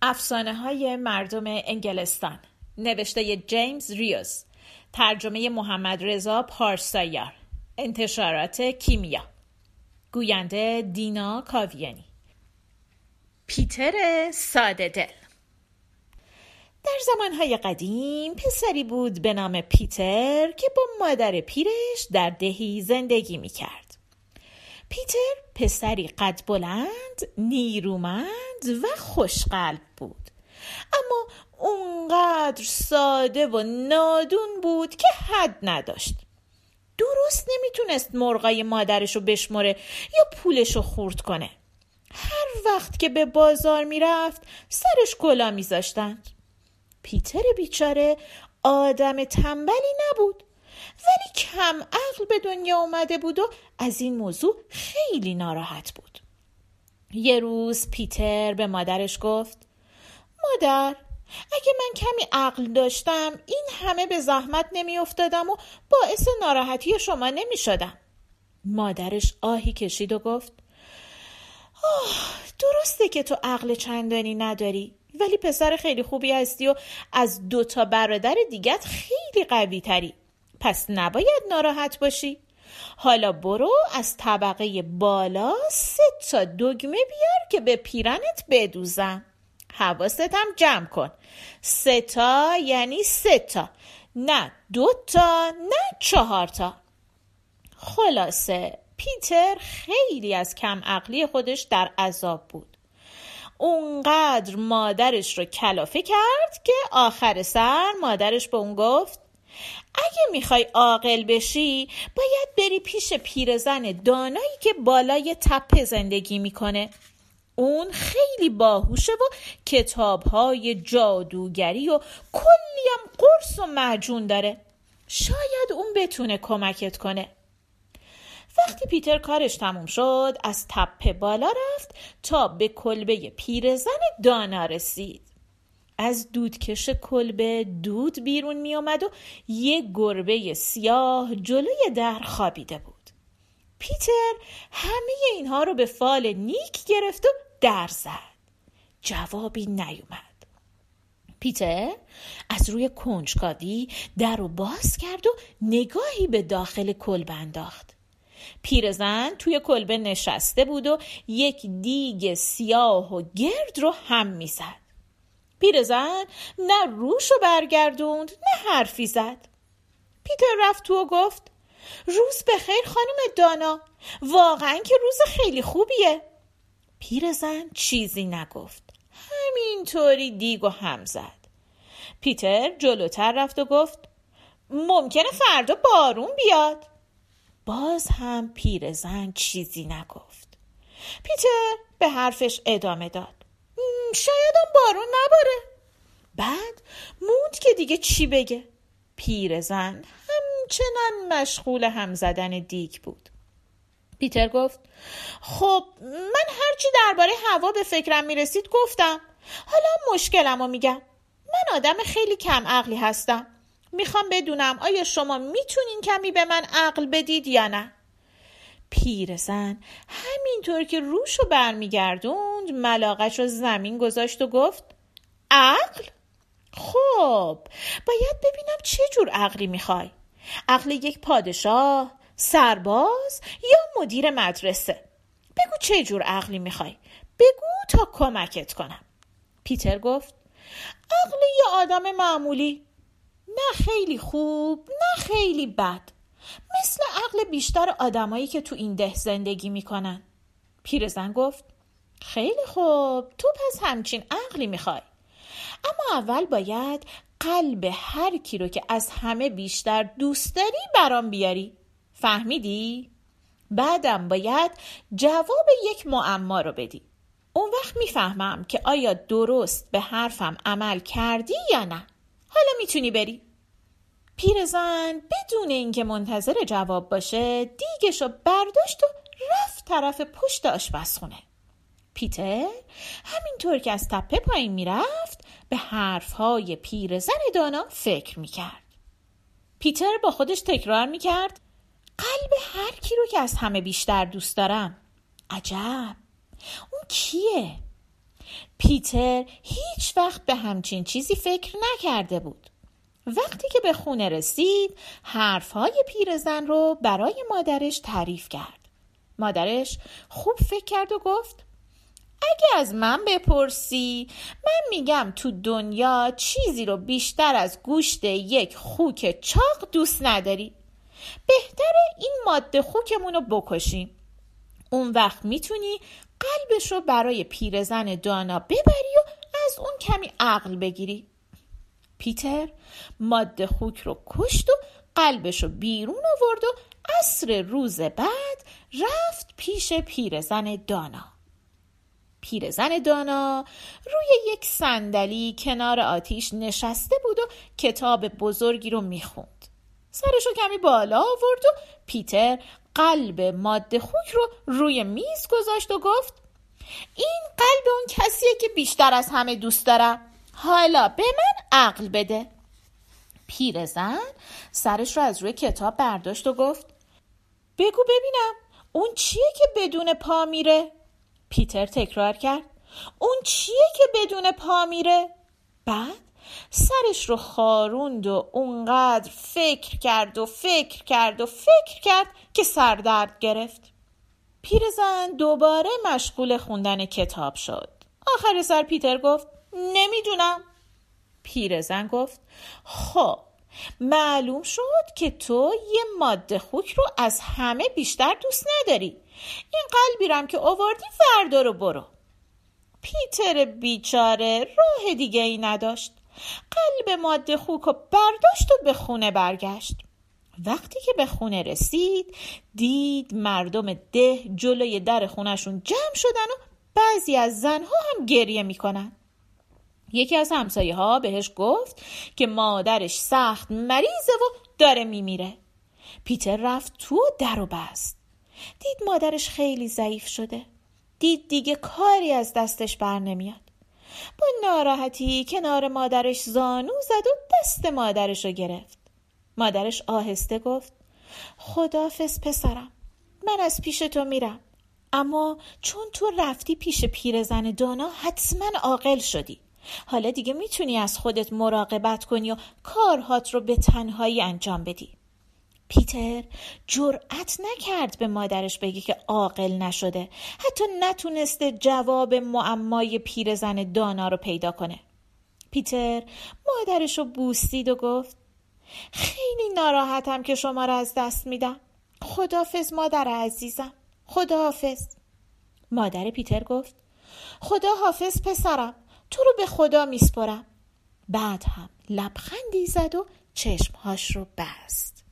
افسانه‌های مردم انگلستان، نوشته جیمز ریوز، ترجمه محمد رضا پارسایار، انتشارات کیمیا، گوینده دینا کاویانی. پیتر ساده دل. در زمانهای قدیم پسری بود به نام پیتر که با مادر پیرش در دهی زندگی می‌کرد. پیتر پسری قد بلند، نیرومند و خوشقلب بود، اما اونقدر ساده و نادون بود که حد نداشت. درست نمیتونست مرغای مادرشو بشمره یا پولشو خورد کنه. هر وقت که به بازار میرفت سرش کلاه میذاشتند. پیتر بیچاره آدم تنبلی نبود، ولی کم عقل به دنیا اومده بود و از این موضوع خیلی ناراحت بود. یه روز پیتر به مادرش گفت: مادر، اگه من کمی عقل داشتم این همه به زحمت نمی افتادم و باعث ناراحتی شما نمی شدم. مادرش آهی کشید و گفت: درسته که تو عقل چندانی نداری، ولی پسر خیلی خوبی هستی و از 2 برادر دیگت خیلی قوی تری، پس نباید ناراحت باشی. حالا برو از طبقه بالا 3 دگمه بیار که به پیرنت بدوزم. حواست هم جمع کن. 3 یعنی 3، نه 2 نه 4. خلاصه پیتر خیلی از کم عقلی خودش در عذاب بود. اونقدر مادرش رو کلافه کرد که آخر سر مادرش به اون گفت: اگه میخوای عاقل بشی باید بری پیش پیرزن دانایی که بالای تپه زندگی میکنه. اون خیلی باهوشه و کتابهای جادوگری و کلی هم قرص و معجون داره. شاید اون بتونه کمکت کنه. وقتی پیتر کارش تموم شد از تپه بالا رفت تا به کلبه پیرزن دانا رسید. از دودکش کلبه دود بیرون می آمد و یه گربه سیاه جلوی در خوابیده بود. پیتر همه اینها رو به فال نیک گرفت و در زد. جوابی نیومد. پیتر از روی کنجکاوی در رو باز کرد و نگاهی به داخل کلبه انداخت. پیرزن توی کلبه نشسته بود و یک دیگ سیاه و گرد رو هم می زد. پیرزن نه روشو برگردوند نه حرفی زد. پیتر رفت تو و گفت: روز بخیر خانم دانا، واقعا که روز خیلی خوبیه. پیرزن چیزی نگفت، همینطوری دیگو هم زد. پیتر جلوتر رفت و گفت: ممکنه فردا بارون بیاد. باز هم پیرزن چیزی نگفت. پیتر به حرفش ادامه داد: شاید هم بارون نباره. بعد موند که دیگه چی بگه. پیرزن همچنان مشغول هم زدن دیگ بود. پیتر گفت: خب من هرچی درباره هوا به فکرم میرسید گفتم. حالا مشکلمو میگم. من آدم خیلی کم عقلی هستم. میخوام بدونم آیا شما میتونین کمی به من عقل بدید یا نه؟ پیرزن همینطور که روشو برمیگردوند ملاقش رو زمین گذاشت و گفت: عقل؟ خب باید ببینم چه جور عقلی میخوای. عقل یک پادشاه، سرباز یا مدیر مدرسه؟ بگو چه جور عقلی میخوای. بگو تا کمکت کنم. پیتر گفت: عقل یه آدم معمولی، نه خیلی خوب نه خیلی بد، مثل عقل بیشتر آدمایی که تو این ده زندگی میکنن. پیرزن گفت: خیلی خوب، تو پس همچین عقلی میخوای. اما اول باید قلب هر کی رو که از همه بیشتر دوست داری برام بیاری. فهمیدی؟ بعدم باید جواب یک معما رو بدی. اون وقت میفهمم که آیا درست به حرفم عمل کردی یا نه. حالا میتونی بری. پیرزن بدون اینکه منتظر جواب باشه دیگشو برداشت و رفت طرف پشت آشپزخونه. پیتر همینطور که از تپه پایین میرفت به حرفهای پیرزن دانا فکر میکرد. پیتر با خودش تکرار میکرد: قلب هر کی رو که از همه بیشتر دوست دارم. عجب، اون کیه؟ پیتر هیچ وقت به همچین چیزی فکر نکرده بود. وقتی که به خونه رسید، حرفهای پیرزن رو برای مادرش تعریف کرد. مادرش خوب فکر کرد و گفت: اگه از من بپرسی، من میگم تو دنیا چیزی رو بیشتر از گوشت یک خوک چاق دوست نداری. بهتره این ماده خوکمون رو بکشیم. اون وقت میتونی قلبش رو برای پیرزن دانا ببری و از اون کمی عقل بگیری. پیتر ماده خوک رو کشت و قلبش رو بیرون آورد و عصر روز بعد رفت پیش پیرزن دانا. پیرزن دانا روی یک صندلی کنار آتیش نشسته بود و کتاب بزرگی رو میخوند. سرش رو کمی بالا آورد و پیتر قلب ماده خوک رو روی میز گذاشت و گفت: این قلب اون کسیه که بیشتر از همه دوست دارم. حالا به من عقل بده. پیرزن سرش رو از روی کتاب برداشت و گفت: بگو ببینم اون چیه که بدون پا میره؟ پیتر تکرار کرد: اون چیه که بدون پا میره؟ بعد سرش رو خاروند و اونقدر فکر کرد که سردرد گرفت. پیرزن دوباره مشغول خوندن کتاب شد. آخر سر پیتر گفت: نمیدونم. پیرزن گفت: خب معلوم شد که تو یه ماده خوک رو از همه بیشتر دوست نداری. این قلبی رم که آوردی فردا رو برو. پیتر بیچاره راه دیگه ای نداشت. قلب ماده خوک رو برداشت و به خونه برگشت. وقتی که به خونه رسید، دید مردم ده جلوی در خونشون جمع شدن و بعضی از زنها هم گریه میکنن. یکی از همسایه ها بهش گفت که مادرش سخت مریضه و داره میمیره. پیتر رفت تو و در و بست. دید مادرش خیلی ضعیف شده. دید دیگه کاری از دستش بر نمیاد. با ناراحتی کنار مادرش زانو زد و دست مادرش رو گرفت. مادرش آهسته گفت: خداحافظ پسرم، من از پیش تو میرم. اما چون تو رفتی پیش پیرزن دانا حتما عاقل شدی. حالا دیگه میتونی از خودت مراقبت کنی و کارهات رو به تنهایی انجام بدی. پیتر جرأت نکرد به مادرش بگه که عاقل نشده. حتی نتونسته جواب معمای پیرزن دانا رو پیدا کنه. پیتر مادرش رو بوسید و گفت: خیلی ناراحتم که شما رو از دست میدم. خداحافظ مادر عزیزم، خداحافظ. مادر پیتر گفت: خدا حافظ پسرم، تو رو به خدا میسپرم. بعد هم لبخندی زد و چشمهاش رو بست.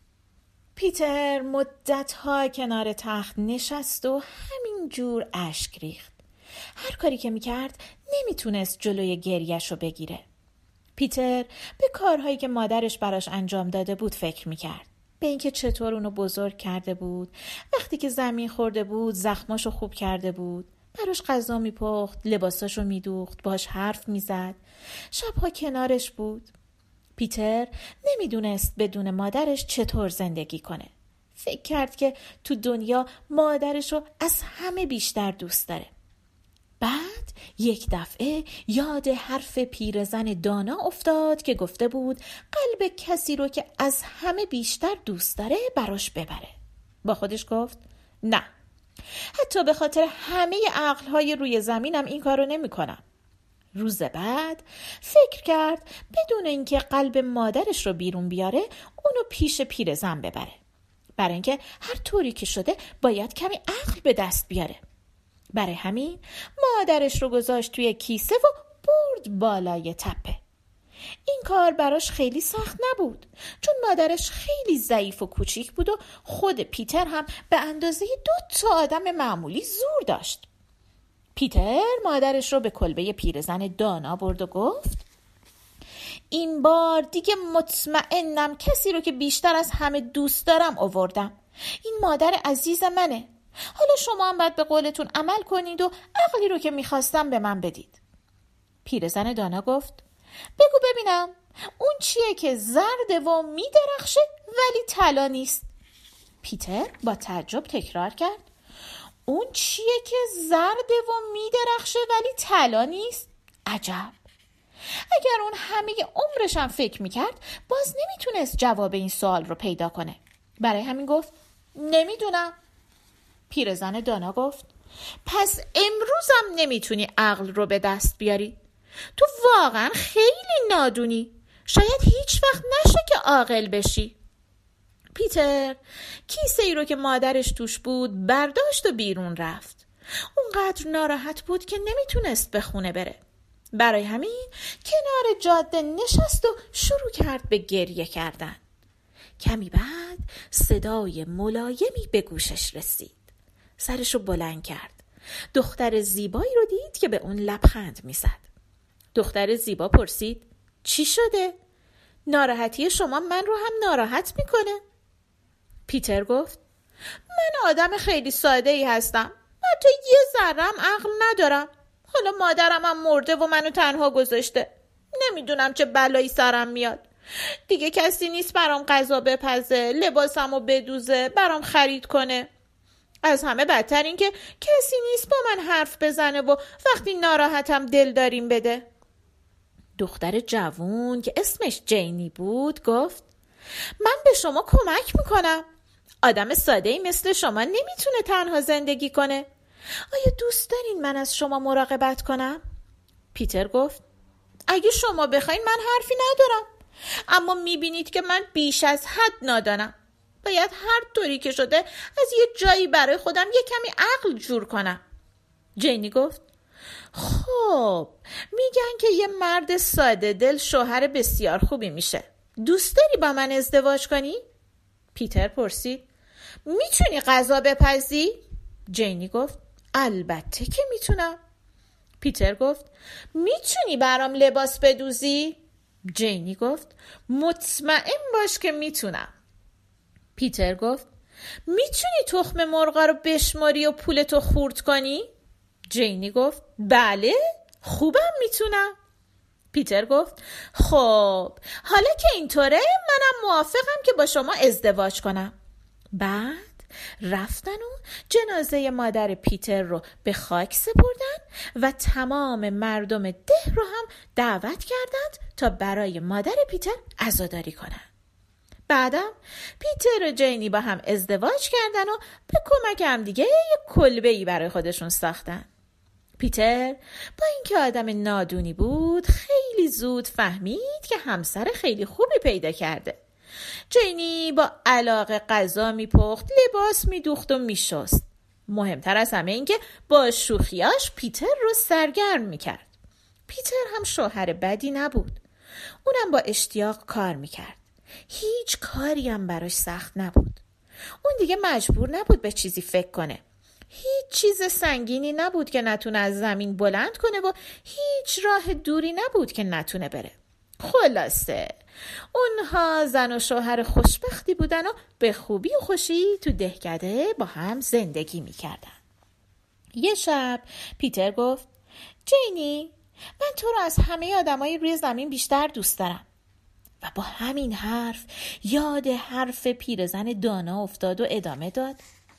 پیتر مدت‌ها کنار تخت نشست و همین جور اشک ریخت. هر کاری که میکرد نمیتونست جلوی گریه‌شو بگیره. پیتر به کارهایی که مادرش براش انجام داده بود فکر میکرد. به اینکه چطور اونو بزرگ کرده بود، وقتی که زمین خورده بود زخماشو خوب کرده بود، براش غذا میپخت، لباساشو میدوخت، باش حرف میزد، شبها کنارش بود. پیتر نمیدونست بدون مادرش چطور زندگی کنه. فکر کرد که تو دنیا مادرشو از همه بیشتر دوست داره. بعد یک دفعه یاد حرف پیرزن دانا افتاد که گفته بود قلب کسی رو که از همه بیشتر دوست داره براش ببره. با خودش گفت: نه، حتی به خاطر همه عقلهای روی زمینم این کارو نمی کنم. روز بعد فکر کرد بدون اینکه قلب مادرش رو بیرون بیاره اونو پیش پیرزن ببره. برای اینکه هر طوری که شده باید کمی عقل به دست بیاره. برای همین مادرش رو گذاشت توی کیسه و برد بالای تپه. این کار براش خیلی سخت نبود، چون مادرش خیلی ضعیف و کوچیک بود و خود پیتر هم به اندازه 2 آدم معمولی زور داشت. پیتر مادرش رو به کلبه پیرزن دانا برد و گفت: این بار دیگه مطمئنم کسی رو که بیشتر از همه دوست دارم آوردم. این مادر عزیز منه. حالا شما هم باید به قولتون عمل کنید و عقلی رو که میخواستم به من بدید. پیرزن دانا گفت: بگو ببینم اون چیه که زرده و میدرخشه ولی طلا نیست؟ پیتر با تعجب تکرار کرد: اون چیه که زرده و میدرخشه ولی طلا نیست؟ عجب. اگر اون همه عمرش هم فکر میکرد باز نمیتونست جواب این سوال رو پیدا کنه. برای همین گفت نمیدونم. پیرزن دانا گفت پس امروزم نمیتونی عقل رو به دست بیاری؟ تو واقعا خیلی نادونی. شاید هیچ وقت نشه که عاقل بشی. پیتر کیسه ای رو که مادرش توش بود برداشت و بیرون رفت. اونقدر ناراحت بود که نمیتونست به خونه بره. برای همین کنار جاده نشست و شروع کرد به گریه کردن. کمی بعد صدای ملایمی به گوشش رسید. سرش رو بلند کرد. دختر زیبایی رو دید که به اون لبخند میزد. دختر زیبا پرسید چی شده؟ ناراحتی شما من رو هم ناراحت میکنه؟ پیتر گفت من آدم خیلی ساده ای هستم. حتی یه ذره‌ام عقل ندارم. حالا مادرم هم مرده و منو تنها گذاشته. نمیدونم چه بلایی سرم میاد. دیگه کسی نیست برام غذا بپزه، لباسمو بدوزه، برام خرید کنه. از همه بدتر این که کسی نیست با من حرف بزنه و وقتی ناراحتم دلداریم بده. دختر جوون که اسمش جینی بود گفت من به شما کمک میکنم. آدم ساده‌ای مثل شما نمیتونه تنها زندگی کنه. آیا دوست دارین من از شما مراقبت کنم؟ پیتر گفت اگه شما بخواین من حرفی ندارم. اما میبینید که من بیش از حد نادانم. باید هر طوری که شده از یه جایی برای خودم یه کمی عقل جور کنم. جینی گفت خب میگن که یه مرد ساده دل شوهر بسیار خوبی میشه. دوست داری با من ازدواج کنی؟ پیتر پرسید میتونی غذا بپزی؟ جینی گفت البته که میتونم. پیتر گفت میتونی برام لباس بدوزی؟ جینی گفت مطمئن باش که میتونم. پیتر گفت میتونی تخم مرغا رو بشماری و پولتو خورد کنی؟ جینی گفت بله خوبم میتونم. پیتر گفت خب حالا که اینطوره منم موافقم که با شما ازدواج کنم. بعد رفتن و جنازه مادر پیتر رو به خاک سپردن و تمام مردم ده رو هم دعوت کردند تا برای مادر پیتر عزاداری کنن. بعدم پیتر و جینی با هم ازدواج کردن و به کمک هم دیگه یک کلبه‌ای برای خودشون ساختن. پیتر با اینکه آدم نادونی بود خیلی زود فهمید که همسر خیلی خوبی پیدا کرده. جینی با علاقه غذا میپخت، لباس میدوخت و میشست. مهمتر از همه این که با شوخیاش پیتر رو سرگرم میکرد. پیتر هم شوهر بدی نبود. اونم با اشتیاق کار میکرد. هیچ کاری هم براش سخت نبود. اون دیگه مجبور نبود به چیزی فکر کنه. هیچ چیز سنگینی نبود که نتونه از زمین بلند کنه و هیچ راه دوری نبود که نتونه بره. خلاصه اونها زن و شوهر خوشبختی بودن و به خوبی و خوشی تو دهکده با هم زندگی میکردن. یه شب پیتر گفت جینی من تو رو از همه آدمای روی زمین بیشتر دوست دارم. و با همین حرف یاد حرف پیرزن دانا افتاد و ادامه داد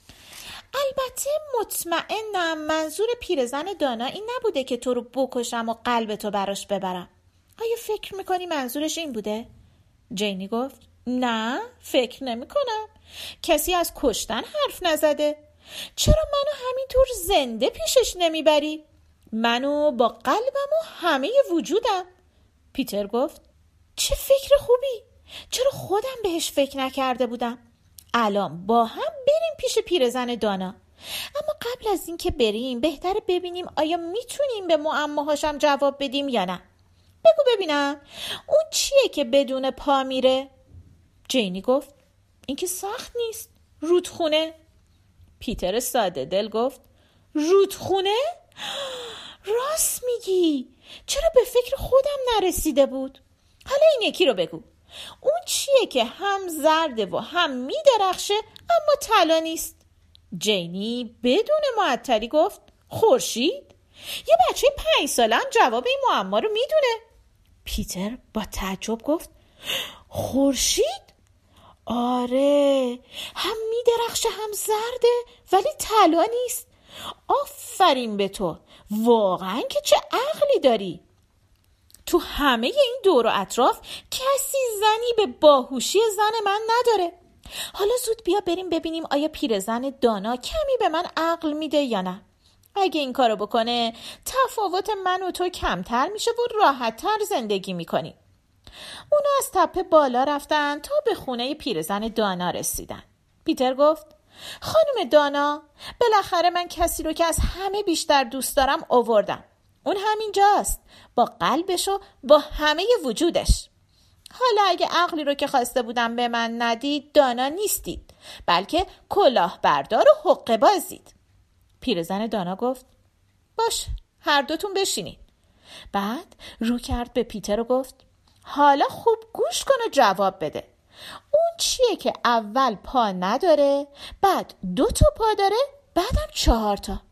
البته مطمئنم منظور پیرزن دانا این نبوده که تو رو بکشم و قلبتو براش ببرم. آیا فکر میکنی منظورش این بوده؟ جینی گفت نه فکر نمی کنم. کسی از کشتن حرف نزده. چرا منو همینطور زنده پیشش نمیبری؟ منو با قلبم و همه وجودم. پیتر گفت چه فکر خوبی. چرا خودم بهش فکر نکرده بودم؟ الان با هم بریم پیش پیرزن دانا. اما قبل از این که بریم بهتره ببینیم آیا میتونیم به معماهاشم جواب بدیم یا نه. بگو ببینم اون چیه که بدون پا میره؟ جینی گفت این که سخت نیست. رودخونه. پیتر ساده دل گفت رودخونه؟ راست میگی. چرا به فکر خودم نرسیده بود؟ حالا این یکی رو بگو. اون چیه که هم زرده و هم میدرخشه اما طلا نیست؟ جینی بدون معطلی گفت خورشید. یه بچه 5 ساله هم جواب این معما رو میدونه. پیتر با تعجب گفت خورشید؟ آره هم میدرخشه هم زرده ولی طلا نیست. آفرین به تو، واقعا که چه عقلی داری. تو همه این دور و اطراف کسی زنی به باهوشی زن من نداره. حالا زود بیا بریم ببینیم آیا پیرزن دانا کمی به من عقل میده یا نه. اگه این کارو بکنه تفاوت من و تو کمتر میشه و راحت‌تر زندگی میکنیم. اونا از تپه بالا رفتن تا به خونه پیرزن دانا رسیدن. پیتر گفت خانم دانا، بالاخره من کسی رو که از همه بیشتر دوست دارم آوردم. اون همینجاست، با قلبش و با همه وجودش. حالا اگه عقلی رو که خواسته بودم به من ندید، دانا نیستید، بلکه کلاهبردار و حقه بازید. پیرزن دانا گفت باش، هر دوتون بشینید. بعد رو کرد به پیتر و گفت حالا خوب گوش کن و جواب بده. اون چیه که اول پا نداره، بعد 2 تا پا داره، بعدم 4 تا؟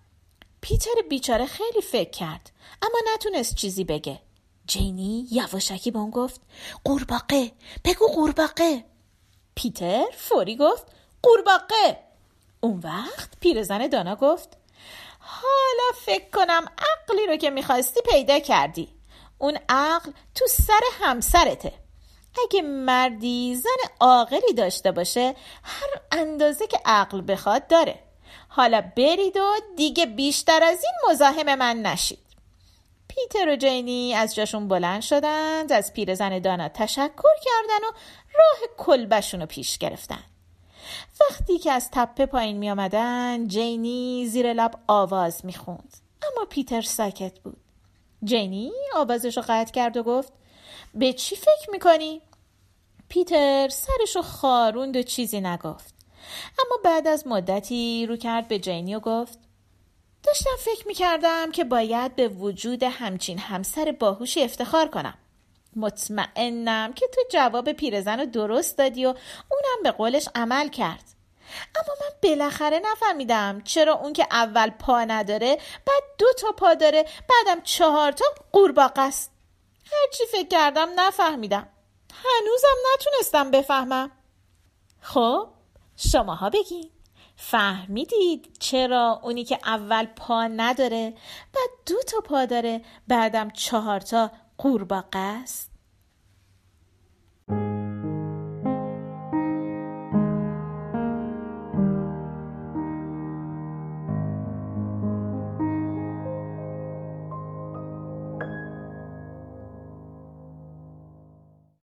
پیتر بیچاره خیلی فکر کرد اما نتونست چیزی بگه. جینی یواشکی به اون گفت قورباغه، بگو قورباغه. پیتر فوری گفت قورباغه. اون وقت پیرزن دانا گفت حالا فکر کنم عقلی رو که میخواستی پیدا کردی. اون عقل تو سر همسرته. اگه مردی زن عاقلی داشته باشه، هر اندازه که عقل بخواد داره. حالا برید و دیگه بیشتر از این مزاحم من نشید. پیتر و جینی از جاشون بلند شدند، از پیرزن دانا تشکر کردن و راه کلبشون رو پیش گرفتن. وقتی که از تپه پایین می آمدن، جینی زیر لب آواز می خوند، اما پیتر ساکت بود. جینی آوازش رو قطع کرد و گفت به چی فکر می کنی؟ پیتر سرش رو خاروند و چیزی نگفت، اما بعد از مدتی رو کرد به جینی و گفت داشتم فکر می کردم که باید به وجود همچین همسر باهوشی افتخار کنم. مطمئنم که تو جواب پیرزن رو درست دادی و اونم به قولش عمل کرد. اما من بالاخره نفهمیدم چرا اون که اول پا نداره، بعد 2 تا پا داره، بعدم 4 تا قورباغه است. هرچی فکر کردم نفهمیدم. هنوزم نتونستم بفهمم. خب شماها بگین، فهمیدید چرا اونی که اول پا نداره، بعد 2 تا پا داره، بعدم 4 تا قورباغه است؟